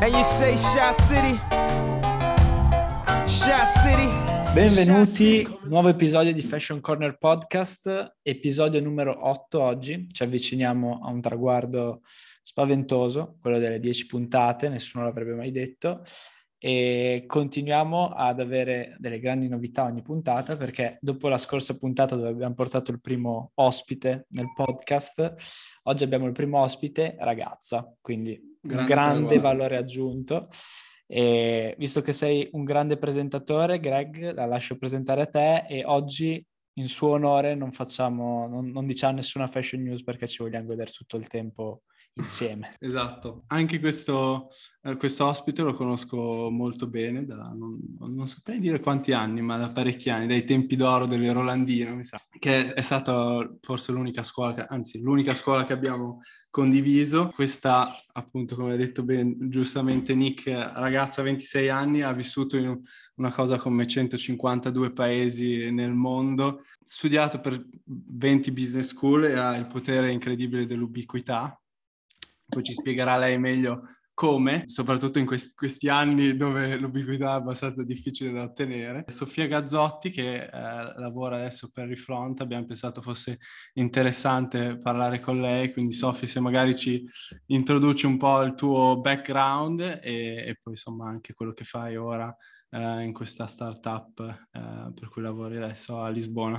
And you say Shy City? Shy City? Benvenuti, nuovo episodio di Fashion Corner Podcast, episodio numero 8 oggi. Ci avviciniamo a un traguardo spaventoso, quello delle 10 puntate, nessuno l'avrebbe mai detto, e continuiamo ad avere delle grandi novità ogni puntata, perché dopo la scorsa puntata dove abbiamo portato il primo ospite nel podcast, oggi abbiamo il primo ospite ragazza, quindi un grande valore aggiunto. E visto che sei un grande presentatore, Greg, la lascio presentare a te, e oggi in suo onore non diciamo nessuna fashion news perché ci vogliamo godere tutto il tempo insieme. Esatto, anche questo ospite lo conosco molto bene, non saprei dire quanti anni, ma da parecchi anni, dai tempi d'oro delle Rolandino, mi sa, che è stata forse l'unica scuola che abbiamo condiviso. Questa, appunto, come ha detto giustamente Nick, ragazza 26 anni, ha vissuto in una cosa come 152 paesi nel mondo, studiato per 20 business school e ha il potere incredibile dell'ubiquità. Poi ci spiegherà lei meglio come, soprattutto in questi anni dove l'ubiquità è abbastanza difficile da ottenere. Sofia Gazzotti, che lavora adesso per Reflaunt, abbiamo pensato fosse interessante parlare con lei, quindi Sofia, se magari ci introduci un po' il tuo background e poi insomma anche quello che fai ora in questa startup per cui lavori adesso a Lisbona.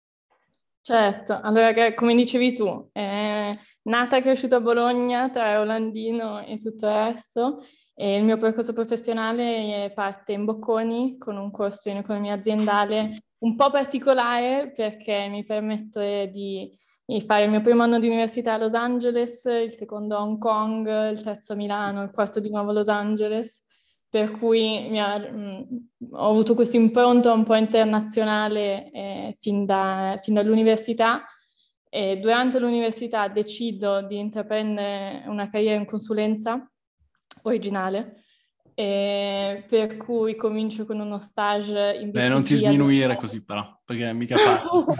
Certo, allora come dicevi tu, nata e cresciuta a Bologna tra Rolandino e tutto il resto, e il mio percorso professionale parte in Bocconi con un corso in economia aziendale un po' particolare perché mi permette di fare il mio primo anno di università a Los Angeles, il secondo a Hong Kong, il terzo a Milano, il quarto di nuovo a Los Angeles, per cui ho avuto questa impronta un po' internazionale fin dall'università. E durante l'università decido di intraprendere una carriera in consulenza originale, per cui comincio con uno stage in BCG. Non ti sminuire così però, perché è mica facile.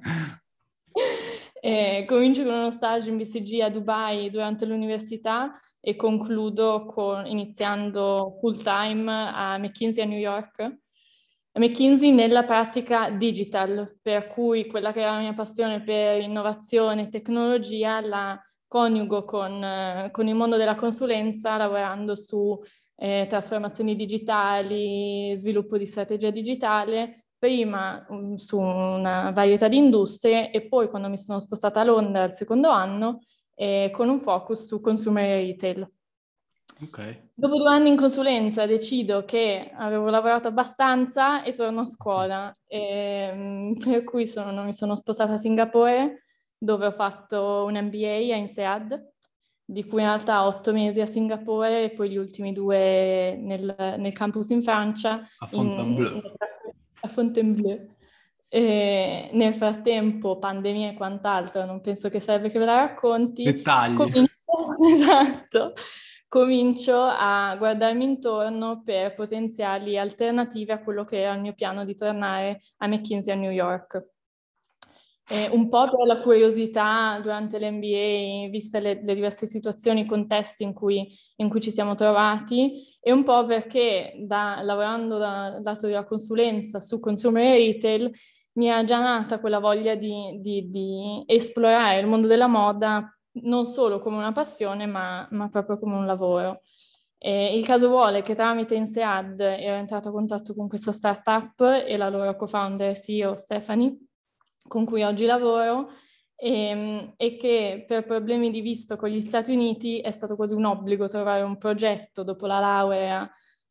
Comincio con uno stage in BCG a Dubai durante l'università e concludo iniziando full time a McKinsey a New York. A McKinsey nella pratica digital, per cui quella che era la mia passione per innovazione e tecnologia la coniugo con il mondo della consulenza, lavorando su trasformazioni digitali, sviluppo di strategia digitale, prima su una varietà di industrie e poi quando mi sono spostata a Londra al secondo anno con un focus su consumer e retail. Okay. Dopo 2 anni in consulenza decido che avevo lavorato abbastanza e torno a scuola, per cui mi sono spostata a Singapore, dove ho fatto un MBA a INSEAD, di cui in realtà 8 mesi a Singapore e poi gli ultimi 2 nel campus in Francia. A Fontainebleau. A Fontainebleau. Nel frattempo, pandemia e quant'altro, non penso che serve che ve la racconti. Dettagli. Esatto. Comincio a guardarmi intorno per potenziali alternative a quello che era il mio piano di tornare a McKinsey a New York. Un po' per la curiosità durante l'MBA, viste le diverse situazioni, i contesti in cui ci siamo trovati, e un po' perché lavorando dal lato della consulenza su consumer e retail mi è già nata quella voglia di esplorare il mondo della moda non solo come una passione, ma proprio come un lavoro. Il caso vuole che tramite INSEAD ero entrata a contatto con questa startup e la loro co-founder e CEO Stephanie, con cui oggi lavoro, e che per problemi di visto con gli Stati Uniti è stato quasi un obbligo trovare un progetto dopo la laurea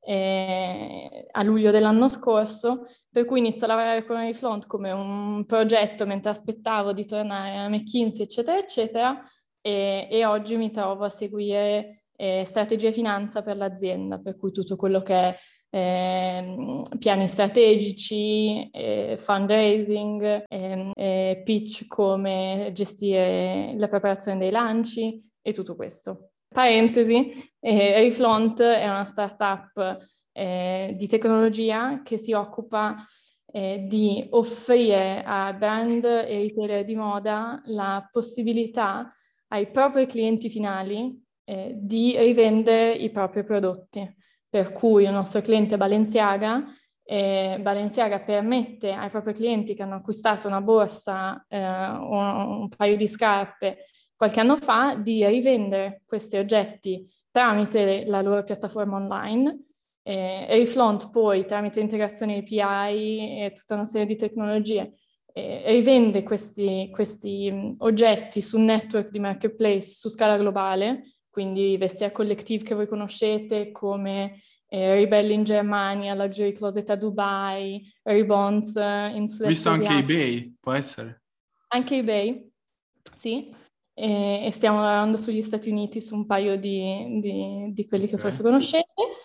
a luglio dell'anno scorso, per cui inizio a lavorare con Reflaunt come un progetto mentre aspettavo di tornare a McKinsey, eccetera, eccetera, e oggi mi trovo a seguire strategia e finanza per l'azienda, per cui tutto quello che è piani strategici, fundraising, pitch, come gestire la preparazione dei lanci e tutto questo. Parentesi, Reflaunt è una startup di tecnologia che si occupa di offrire a brand e retailer di moda la possibilità ai propri clienti finali di rivendere i propri prodotti. Per cui il nostro cliente Balenciaga permette ai propri clienti che hanno acquistato una borsa o un paio di scarpe qualche anno fa di rivendere questi oggetti tramite la loro piattaforma online. Reflaunt poi, tramite integrazione API e tutta una serie di tecnologie, rivende questi oggetti su un network di marketplace su scala globale, quindi Vestiaire Collective che voi conoscete, come Rebel in Germania, Luxury Closet a Dubai, Rebonds in Sud-Est Visto anche asiatico. eBay, può essere? Anche eBay, sì. E stiamo lavorando sugli Stati Uniti su un paio di quelli che forse conoscete.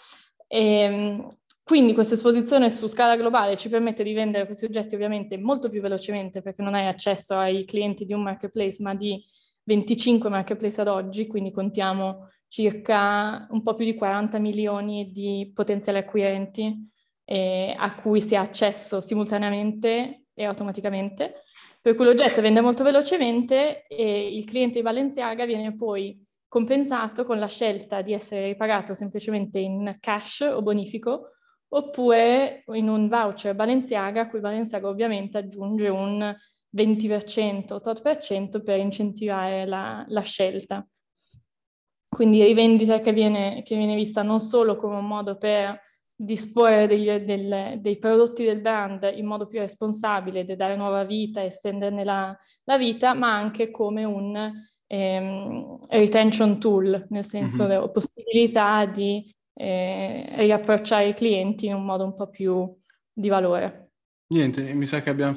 Quindi questa esposizione su scala globale ci permette di vendere questi oggetti ovviamente molto più velocemente, perché non hai accesso ai clienti di un marketplace, ma di 25 marketplace ad oggi, quindi contiamo circa un po' più di 40 milioni di potenziali acquirenti a cui si ha accesso simultaneamente e automaticamente. Per cui l'oggetto vende molto velocemente e il cliente di Balenciaga viene poi compensato con la scelta di essere ripagato semplicemente in cash o bonifico, oppure in un voucher Balenciaga, a cui Balenciaga ovviamente aggiunge un 20%, 8% per incentivare la scelta. Quindi rivendita che viene vista non solo come un modo per disporre dei prodotti del brand in modo più responsabile, di dare nuova vita e estenderne la vita, ma anche come un retention tool, nel senso della possibilità di riapprocciare i clienti in un modo un po' più di valore. Niente, mi sa che abbiamo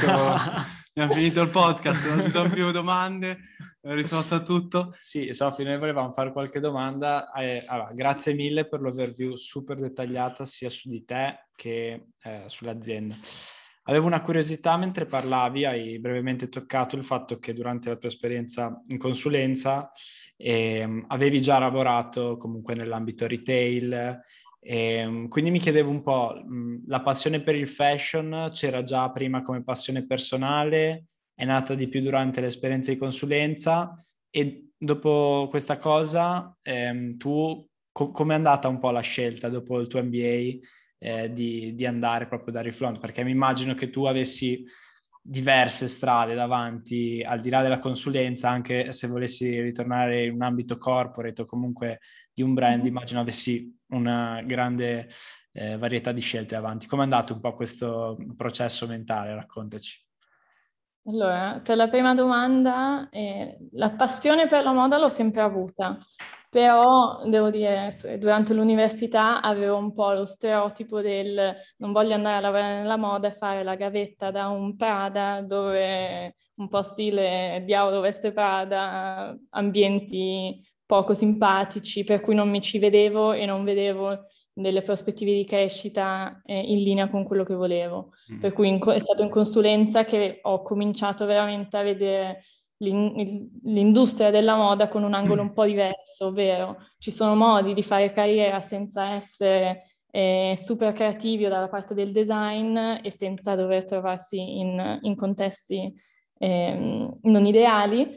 finito il podcast, non ci sono più domande, ho risposto a tutto. Sì, Sofì, noi volevamo fare qualche domanda. Allora, grazie mille per l'overview super dettagliata sia su di te che sull'azienda. Avevo una curiosità mentre parlavi, hai brevemente toccato il fatto che durante la tua esperienza in consulenza avevi già lavorato comunque nell'ambito retail, quindi mi chiedevo un po', la passione per il fashion c'era già prima come passione personale, è nata di più durante l'esperienza di consulenza e dopo questa cosa tu come è andata un po' la scelta dopo il tuo MBA di andare proprio da Reflaunt? Perché mi immagino che tu avessi diverse strade davanti, al di là della consulenza, anche se volessi ritornare in un ambito corporate o comunque di un brand, immagino avessi una grande varietà di scelte davanti. Come è andato un po' questo processo mentale? Raccontaci. Allora, per la prima domanda, la passione per la moda l'ho sempre avuta, però devo dire, durante l'università avevo un po' lo stereotipo del non voglio andare a lavorare nella moda e fare la gavetta da un Prada, dove un po' stile diavolo veste Prada, ambienti poco simpatici, per cui non mi ci vedevo e non vedevo delle prospettive di crescita in linea con quello che volevo. Per cui è stato in consulenza che ho cominciato veramente a vedere l'industria della moda con un angolo un po' diverso, ovvero ci sono modi di fare carriera senza essere super creativi o dalla parte del design e senza dover trovarsi in contesti non ideali.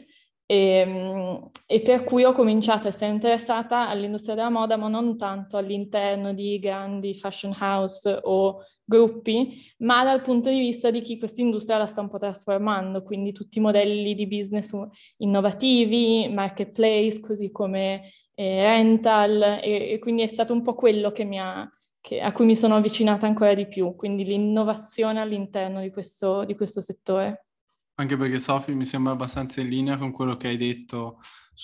E per cui ho cominciato a essere interessata all'industria della moda, ma non tanto all'interno di grandi fashion house o gruppi, ma dal punto di vista di chi questa industria la sta un po' trasformando, quindi tutti i modelli di business innovativi, marketplace, così come rental, e quindi è stato un po' quello a cui mi sono avvicinata ancora di più, quindi l'innovazione all'interno di questo settore. Anche perché Sofì mi sembra abbastanza in linea con quello che hai detto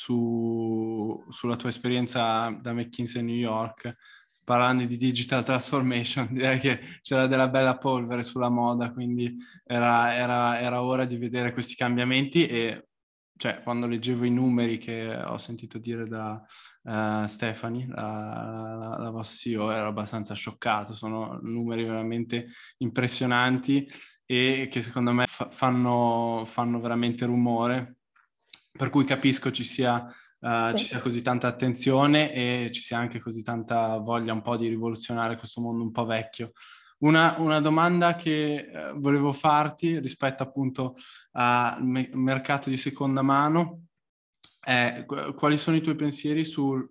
sulla tua esperienza da McKinsey a New York, parlando di digital transformation. Direi che c'era della bella polvere sulla moda, quindi era ora di vedere questi cambiamenti e cioè, quando leggevo i numeri che ho sentito dire da Stephanie, la vostra CEO, ero abbastanza scioccato. Sono numeri veramente impressionanti e che secondo me fanno veramente rumore, per cui capisco ci sia così tanta attenzione e ci sia anche così tanta voglia un po' di rivoluzionare questo mondo un po' vecchio. Una domanda che volevo farti rispetto appunto al mercato di seconda mano. quali sono i tuoi pensieri sul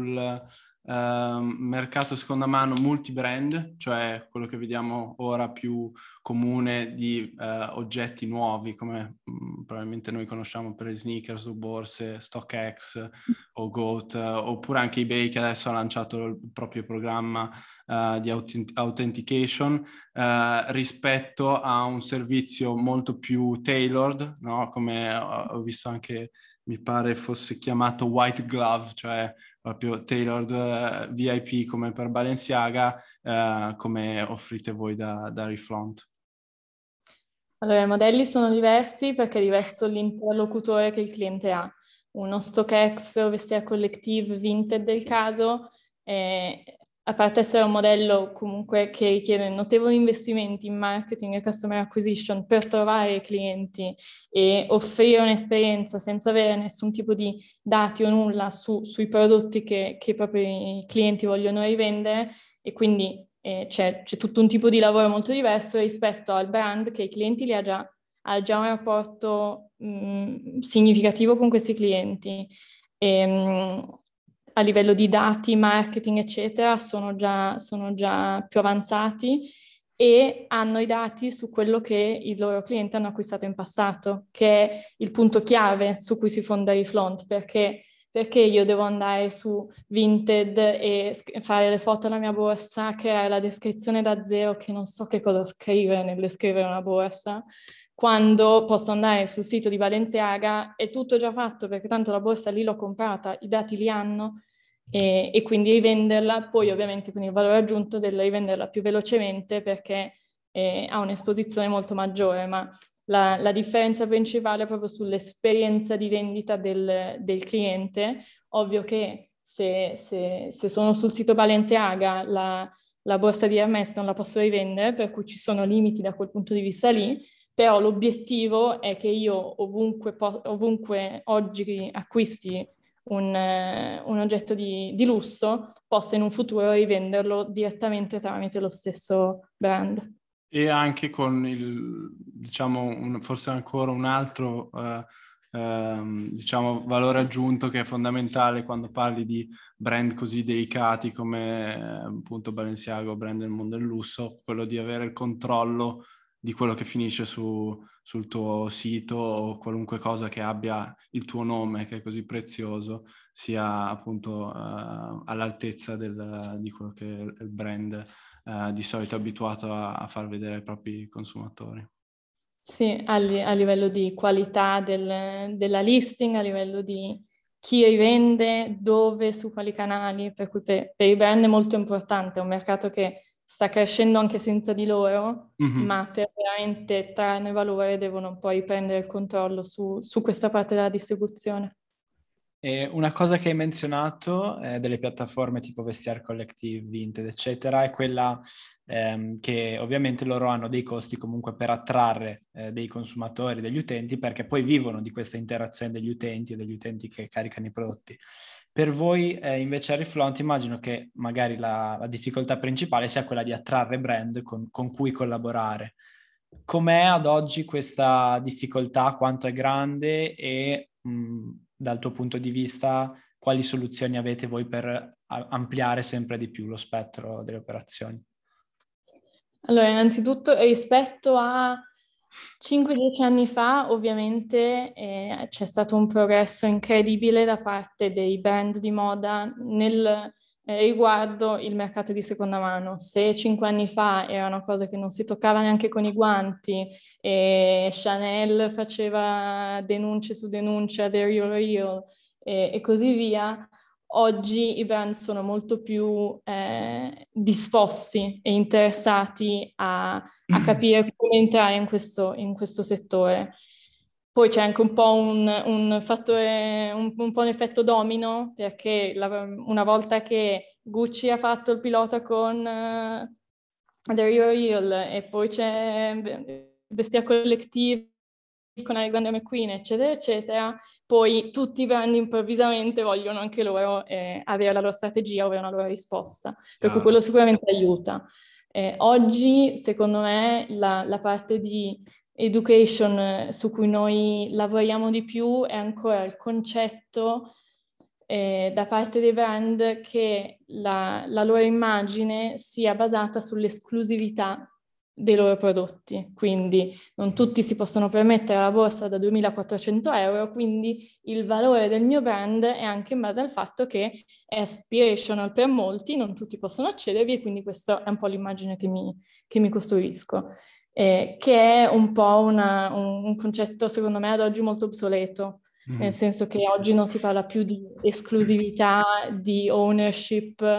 mercato seconda mano multi-brand, cioè quello che vediamo ora più comune di oggetti nuovi, come probabilmente noi conosciamo per le sneakers o borse, StockX o GOAT, oppure anche eBay che adesso ha lanciato il proprio programma di authentication rispetto a un servizio molto più tailored, no? Come ho visto anche, mi pare fosse chiamato white glove, cioè proprio tailored VIP come per Balenciaga, come offrite voi da Reflaunt? Allora, i modelli sono diversi perché è diverso l'interlocutore che il cliente ha. Uno StockX o Vestiaire Collective Vinted del caso, a parte essere un modello comunque che richiede notevoli investimenti in marketing e customer acquisition per trovare clienti e offrire un'esperienza senza avere nessun tipo di dati o nulla sui prodotti che proprio i clienti vogliono rivendere, e quindi c'è tutto un tipo di lavoro molto diverso rispetto al brand che i clienti ha già un rapporto significativo con questi clienti. A livello di dati, marketing, eccetera, sono già più avanzati e hanno i dati su quello che i loro clienti hanno acquistato in passato, che è il punto chiave su cui si fonda Reflaunt, perché io devo andare su Vinted e fare le foto alla mia borsa, creare la descrizione da zero, che non so che cosa scrivere nel descrivere una borsa, quando posso andare sul sito di Balenciaga, è tutto già fatto perché tanto la borsa lì l'ho comprata, i dati li hanno, e quindi rivenderla, poi ovviamente con il valore aggiunto del rivenderla più velocemente perché ha un'esposizione molto maggiore, ma la differenza principale è proprio sull'esperienza di vendita del cliente. Ovvio che se sono sul sito Balenciaga la borsa di Hermès non la posso rivendere, per cui ci sono limiti da quel punto di vista lì, però l'obiettivo è che io ovunque oggi acquisti un oggetto di lusso, possa in un futuro rivenderlo direttamente tramite lo stesso brand. E anche con diciamo, forse ancora un altro diciamo, valore aggiunto che è fondamentale quando parli di brand così delicati come appunto Balenciaga o brand del mondo del lusso, quello di avere il controllo di quello che finisce sul tuo sito o qualunque cosa che abbia il tuo nome, che è così prezioso, sia appunto all'altezza di quello che è il brand di solito abituato a far vedere ai propri consumatori. Sì, a livello di qualità della listing, a livello di chi rivende, dove, su quali canali, per cui per i brand è molto importante, è un mercato che sta crescendo anche senza di loro, ma per veramente trarne valore devono poi prendere il controllo su questa parte della distribuzione. E una cosa che hai menzionato delle piattaforme tipo Vestiaire Collective, Vinted, eccetera, è quella che ovviamente loro hanno dei costi comunque per attrarre dei consumatori, degli utenti, perché poi vivono di questa interazione degli utenti e degli utenti che caricano i prodotti. Per voi invece a Reflaunt immagino che magari la difficoltà principale sia quella di attrarre brand con cui collaborare. Com'è ad oggi questa difficoltà? Quanto è grande? E dal tuo punto di vista, quali soluzioni avete voi per ampliare sempre di più lo spettro delle operazioni? Allora, innanzitutto rispetto a 5-10 anni fa, ovviamente c'è stato un progresso incredibile da parte dei brand di moda nel riguardo il mercato di seconda mano. Se 5 anni fa era una cosa che non si toccava neanche con i guanti e Chanel faceva denunce su denunce a The Real Real e così via, oggi i brand sono molto più disposti e interessati a capire come entrare in questo settore. Poi c'è anche un po' un fattore, un po' un effetto domino, perché una volta che Gucci ha fatto il pilota con The Real Real e poi c'è Vestiaire Collective con Alexander McQueen, eccetera, eccetera, poi tutti i brand improvvisamente vogliono anche loro avere la loro strategia, avere una loro risposta, per cui quello sicuramente aiuta. Oggi, secondo me, la parte di education su cui noi lavoriamo di più è ancora il concetto da parte dei brand che la loro immagine sia basata sull'esclusività dei loro prodotti, quindi non tutti si possono permettere la borsa da 2.400 euro, quindi il valore del mio brand è anche in base al fatto che è aspirational per molti, non tutti possono accedervi e quindi questa è un po' l'immagine che mi costruisco, che è un po' un concetto secondo me ad oggi molto obsoleto, nel senso che oggi non si parla più di esclusività, di ownership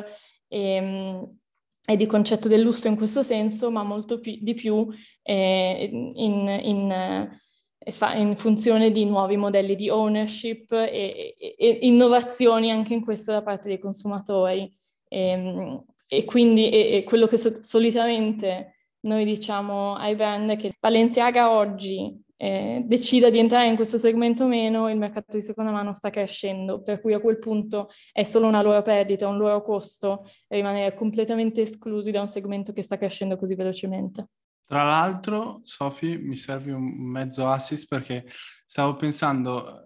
e di concetto del lusso in questo senso, ma molto di più in funzione di nuovi modelli di ownership e innovazioni anche in questo da parte dei consumatori. E quindi quello che solitamente noi diciamo ai brand è che Balenciaga oggi decida di entrare in questo segmento o meno, il mercato di seconda mano sta crescendo, per cui a quel punto è solo una loro perdita, un loro costo rimanere completamente esclusi da un segmento che sta crescendo così velocemente. Tra l'altro, Sofi, mi serve un mezzo assist perché stavo pensando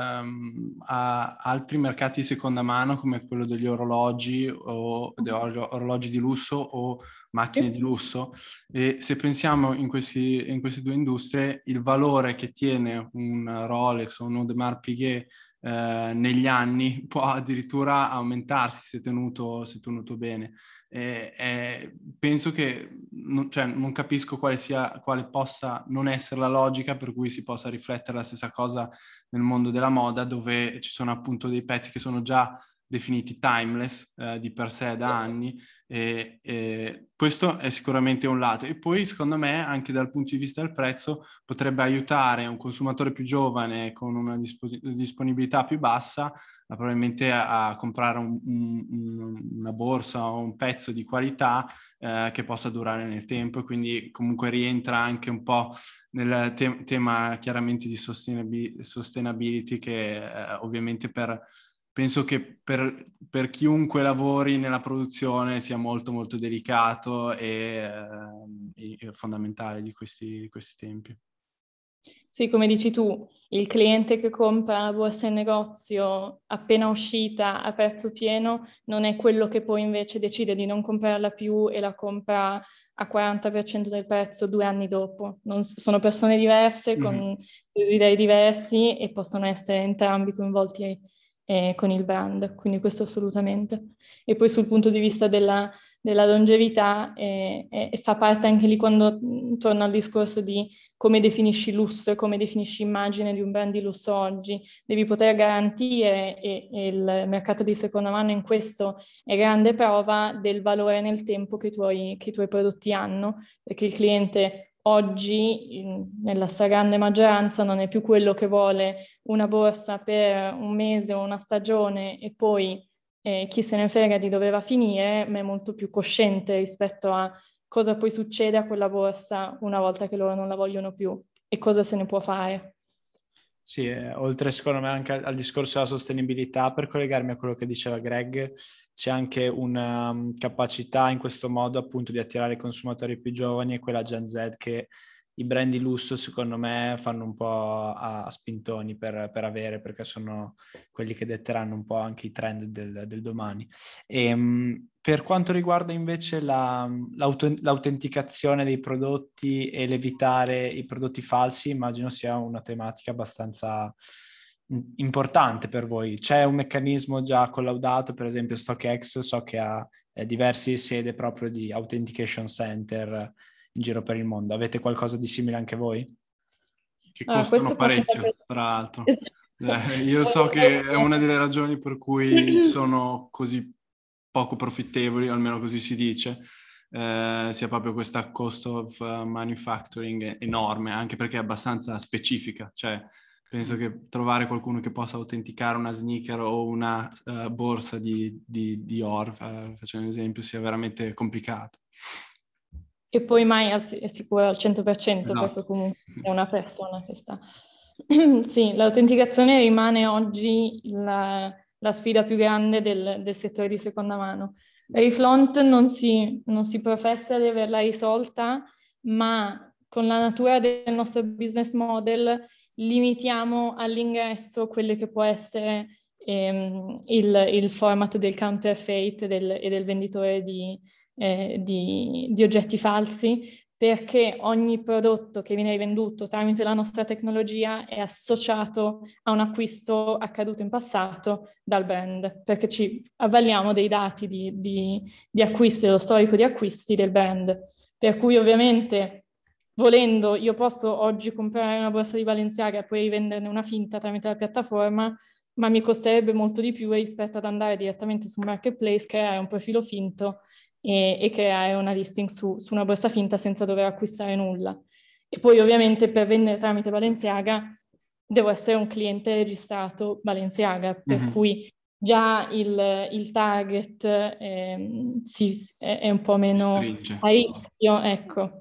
a altri mercati di seconda mano come quello degli orologi o orologi di lusso o macchine di lusso, e se pensiamo in queste due industrie, il valore che tiene un Rolex o un Audemars Piguet negli anni può addirittura aumentarsi se tenuto bene. Penso che non capisco quale possa non essere la logica per cui si possa riflettere la stessa cosa nel mondo della moda, dove ci sono appunto dei pezzi che sono già definiti timeless di per sé da anni, e questo è sicuramente un lato. E poi secondo me anche dal punto di vista del prezzo potrebbe aiutare un consumatore più giovane con una disponibilità più bassa probabilmente a comprare una borsa o un pezzo di qualità che possa durare nel tempo, e quindi comunque rientra anche un po' nel tema chiaramente di sustainability che ovviamente penso che per chiunque lavori nella produzione sia molto molto delicato e fondamentale di questi tempi. Sì, come dici tu, il cliente che compra la borsa in negozio appena uscita a prezzo pieno non è quello che poi invece decide di non comprarla più e la compra a 40% del prezzo 2 anni dopo. Sono persone diverse, con desideri diversi e possono essere entrambi coinvolti con il brand, quindi questo assolutamente. E poi sul punto di vista della longevità fa parte anche lì quando torno al discorso di come definisci lusso e come definisci immagine di un brand di lusso oggi. Devi poter garantire, e il mercato di seconda mano in questo è grande prova del valore nel tempo che i tuoi prodotti hanno, perché il cliente oggi, nella stragrande maggioranza, non è più quello che vuole una borsa per un mese o una stagione e poi chi se ne frega di dove va a finire, ma è molto più cosciente rispetto a cosa poi succede a quella borsa una volta che loro non la vogliono più e cosa se ne può fare. Sì, oltre secondo me anche al discorso della sostenibilità, per collegarmi a quello che diceva Greg, c'è anche una capacità in questo modo appunto di attirare i consumatori più giovani e quella Gen Z che i brand di lusso secondo me fanno un po' a spintoni per avere, perché sono quelli che detteranno un po' anche i trend del domani. Per quanto riguarda invece l'autenticazione dei prodotti e l'evitare i prodotti falsi, immagino sia una tematica abbastanza importante per voi. C'è un meccanismo già collaudato, per esempio StockX so che ha diverse sedi proprio di authentication center in giro per il mondo. Avete qualcosa di simile anche voi? Che costano parecchio, tra l'altro. Io so che è una delle ragioni per cui sono così poco profittevoli, almeno così si dice, sia proprio questa cost of manufacturing enorme, anche perché è abbastanza specifica. Cioè, penso che trovare qualcuno che possa autenticare una sneaker o una borsa di Dior, facendo un esempio, sia veramente complicato. E poi mai è sicuro al 100%, Esatto. perché comunque è una persona che sta... Sì, l'autenticazione rimane oggi la sfida più grande del settore di seconda mano. Riflaunt non si professa di averla risolta, ma con la natura del nostro business model limitiamo all'ingresso quello che può essere il format del counterfeit e del venditore di oggetti falsi, perché ogni prodotto che viene rivenduto tramite la nostra tecnologia è associato a un acquisto accaduto in passato dal brand, perché ci avvaliamo dei dati di acquisti, dello storico di acquisti del brand. Per cui ovviamente, volendo, io posso oggi comprare una borsa di Balenciaga e poi rivenderne una finta tramite la piattaforma, ma mi costerebbe molto di più rispetto ad andare direttamente su un marketplace, creare un profilo finto e creare una listing su una borsa finta senza dover acquistare nulla. E poi ovviamente per vendere tramite Balenciaga devo essere un cliente registrato Balenciaga, per cui già il target è un po' meno Stringe. a rischio, ecco.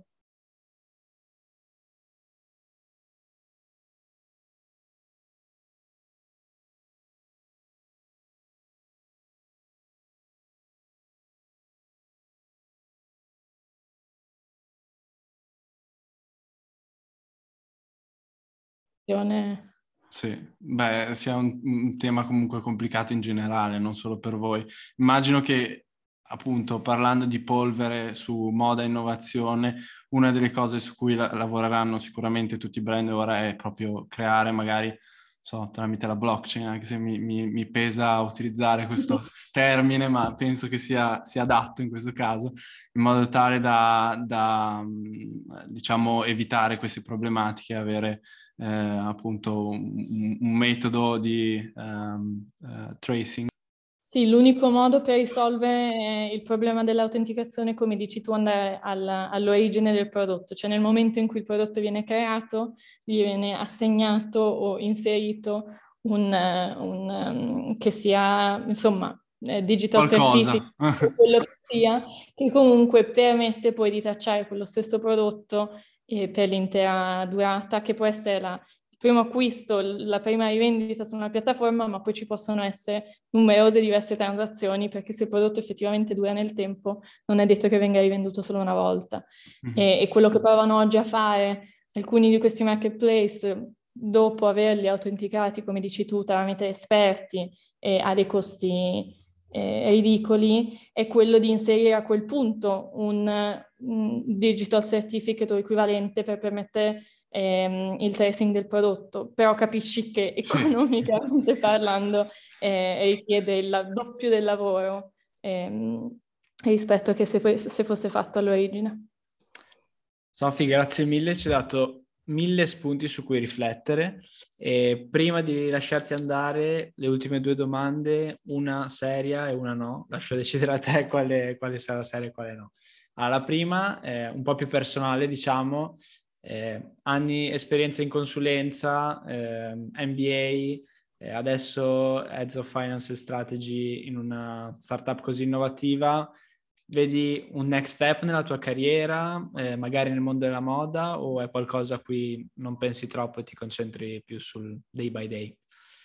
Sì, beh, sia un tema comunque complicato in generale, non solo per voi. Immagino che, appunto, parlando di polvere su moda e innovazione, una delle cose su cui lavoreranno sicuramente tutti i brand ora è proprio creare magari, so, tramite la blockchain, anche se mi pesa utilizzare questo termine, ma penso che sia adatto in questo caso, in modo tale da diciamo, evitare queste problematiche, avere appunto un metodo di tracing. Sì, l'unico modo per risolvere il problema dell'autenticazione, come dici tu, andare all'origine del prodotto, cioè nel momento in cui il prodotto viene creato, gli viene assegnato o inserito che sia, insomma, digital certificate, quello che sia, che comunque permette poi di tracciare quello stesso prodotto per l'intera durata, che può essere il primo acquisto, la prima rivendita su una piattaforma, ma poi ci possono essere numerose diverse transazioni, perché se il prodotto effettivamente dura nel tempo, non è detto che venga rivenduto solo una volta. E quello che provano oggi a fare alcuni di questi marketplace, dopo averli autenticati, come dici tu, tramite esperti a dei costi ridicoli, è quello di inserire a quel punto un digital certificate o equivalente per permettere il tracing del prodotto, però capisci che economicamente parlando richiede il doppio del lavoro rispetto a che se fosse fatto all'origine. Sofì, grazie mille, ci hai dato 1000 spunti su cui riflettere. E prima di lasciarti andare, le ultime 2 domande, una seria e una no. Lascio decidere a te quale sarà seria e quale no. Allora, la prima è un po' più personale, diciamo, anni esperienza in consulenza, MBA, adesso Heads of Finance and Strategy in una startup così innovativa. Vedi un next step nella tua carriera, magari nel mondo della moda, o è qualcosa a cui non pensi troppo e ti concentri più sul day by day?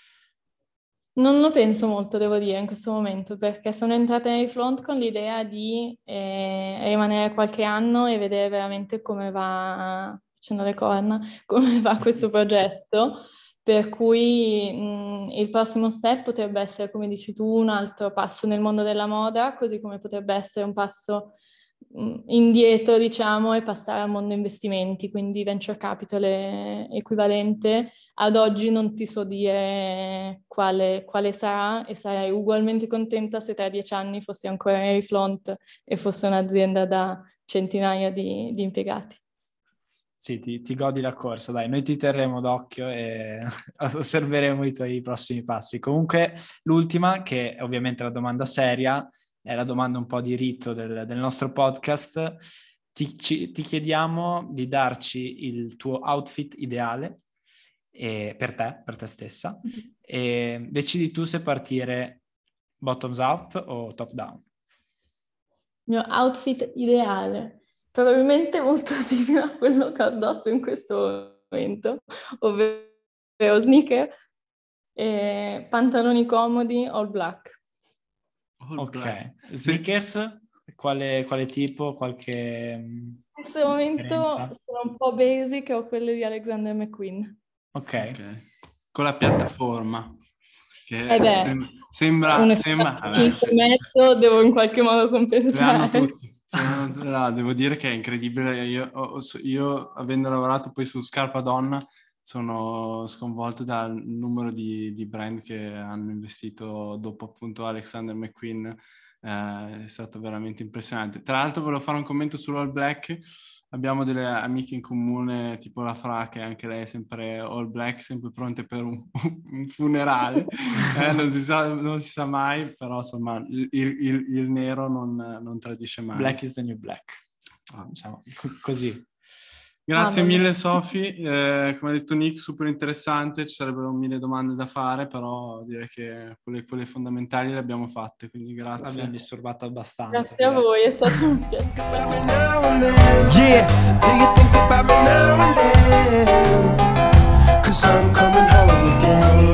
Non lo penso molto, devo dire, in questo momento, perché sono entrata nei front con l'idea di rimanere qualche anno e vedere veramente come va, facendo le corna, come va questo progetto. Per cui il prossimo step potrebbe essere, come dici tu, un altro passo nel mondo della moda, così come potrebbe essere un passo indietro, diciamo, e passare al mondo investimenti, quindi venture capital equivalente. Ad oggi non ti so dire quale sarà, e sarei ugualmente contenta se tra 10 anni fossi ancora in Front e fosse un'azienda da centinaia di impiegati. Sì, ti godi la corsa, dai, noi ti terremo d'occhio e osserveremo i tuoi prossimi passi. Comunque, l'ultima, che è ovviamente la domanda seria, è la domanda un po' di rito del nostro podcast. Ti chiediamo di darci il tuo outfit ideale per te stessa, e decidi tu se partire bottoms up o top down. Il mio outfit ideale, probabilmente molto simile a quello che ho addosso in questo momento, ovvero sneaker, pantaloni comodi, all black. Ok, sneakers, quale tipo, qualche... In questo momento sono un po' basic, ho quelle di Alexander McQueen. Ok. Con la piattaforma. Che sembra mezzo, devo in qualche modo compensare. hanno tutti. Devo dire che è incredibile. Io avendo lavorato poi su Scarpa Donna, sono sconvolto dal numero di brand che hanno investito dopo appunto Alexander McQueen. È stato veramente impressionante. Tra l'altro volevo fare un commento sull'All Black. Abbiamo delle amiche in comune, tipo la Fra, che anche lei è sempre all black, sempre pronte per un funerale. Non si sa mai, però insomma il nero non tradisce mai. Black is the new black. Diciamo così. Grazie mille Sofi, come ha detto Nick, super interessante, ci sarebbero 1000 domande da fare, però direi che quelle fondamentali le abbiamo fatte, quindi grazie. L'abbiamo disturbato abbastanza. Grazie a voi, è stato un piacere. Yeah, do you think about me now and then? 'Cause I'm coming home again.